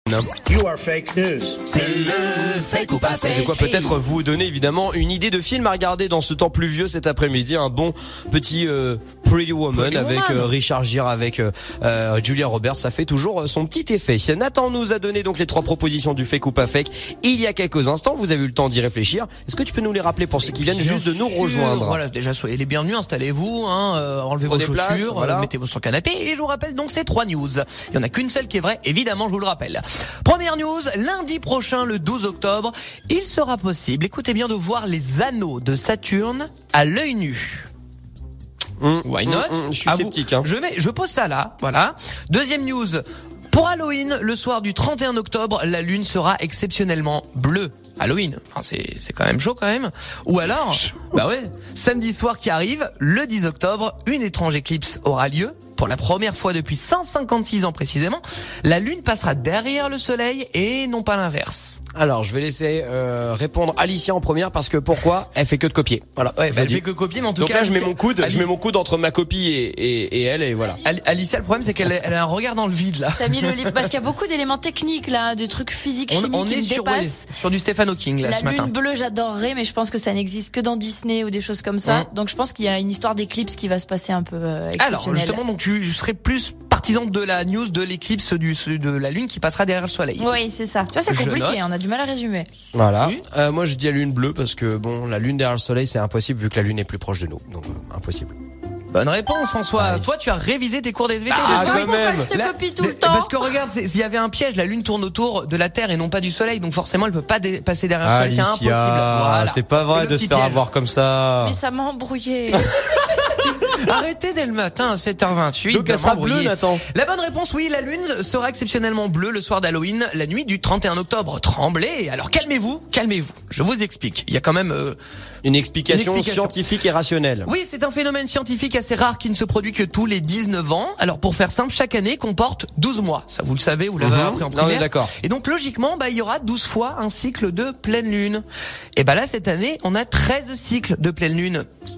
You are fake news. C'est le fake ou pas fake. De quoi peut-être vous donner évidemment une idée de film à regarder dans ce temps pluvieux cet après-midi. Un bon petit Pretty Woman avec Richard Gere, avec Julia Roberts. Ça fait toujours son petit effet. Nathan nous a donné donc les 3 propositions du fake ou pas fake il y a quelques instants. Vous avez eu le temps d'y réfléchir. Est-ce que tu peux nous les rappeler pour ceux qui viennent juste de nous rejoindre? Voilà, déjà soyez les bienvenus, installez-vous, enlevez vos chaussures, places, voilà. Mettez-vous sur le canapé. Et je vous rappelle donc ces 3 news. Il y en a qu'une seule qui est vraie, évidemment, je vous le rappelle. Première news, lundi prochain, le 12 octobre, il sera possible, écoutez bien, de voir les anneaux de Saturne à l'œil nu. Why not? Je suis sceptique. Je pose ça là, voilà. Deuxième news. Pour Halloween, le soir du 31 octobre, la lune sera exceptionnellement bleue. Halloween, enfin c'est quand même chaud quand même. Ou alors, samedi soir qui arrive, le 10 octobre, une étrange éclipse aura lieu. Pour la première fois depuis 156 ans précisément, la lune passera derrière le soleil et non pas l'inverse. Alors, je vais laisser répondre Alicia en première parce que pourquoi? Elle fait que de copier. Voilà. Ouais, elle fait que copier, mais en tout donc cas. Donc là, je mets mon coude entre ma copie et elle et voilà. Alicia, le problème, c'est qu'elle a un regard dans le vide, là. T'as mis le livre, parce qu'il y a beaucoup d'éléments techniques, là, de trucs physiques, chimiques on qui est me sur, dépassent. sur du Stephen Hawking, là, ce matin. La lune bleue, j'adorerais, mais je pense que ça n'existe que dans Disney ou des choses comme ça. Donc je pense qu'il y a une histoire d'éclipse qui va se passer un peu exceptionnelle. Alors, justement, donc tu serais plus partisan de la news de l'éclipse de la lune qui passera derrière le soleil. Oui, c'est ça. Tu vois, c'est compliqué, on a du mal à résumer. Voilà. Oui. Moi, je dis la lune bleue parce que bon, la lune derrière le soleil, c'est impossible vu que la lune est plus proche de nous. Donc, impossible. Bonne réponse, François. Toi, tu as révisé tes cours d'SVT. Quand même. Je te copie tout le temps. Parce que regarde, s'il y avait un piège, la lune tourne autour de la Terre et non pas du soleil, donc forcément, elle peut pas passer derrière le soleil. C'est impossible. Voilà. C'est pas vrai de se faire avoir comme ça. Mais ça m'a embrouillé. Arrêtez dès le matin à 7h28. Donc elle sera bleue, Nathan. La bonne réponse, oui, la lune sera exceptionnellement bleue le soir d'Halloween, la nuit du 31 octobre. Tremblez. Alors calmez-vous. Je vous explique. Il y a quand même une explication scientifique et rationnelle. Oui, c'est un phénomène scientifique assez rare qui ne se produit que tous les 19 ans. Alors pour faire simple, chaque année comporte 12 mois. Ça vous le savez, vous l'avez appris en primaire. D'accord. Et donc logiquement, il y aura 12 fois un cycle de pleine lune. Et là cette année, on a 13 cycles de pleine lune.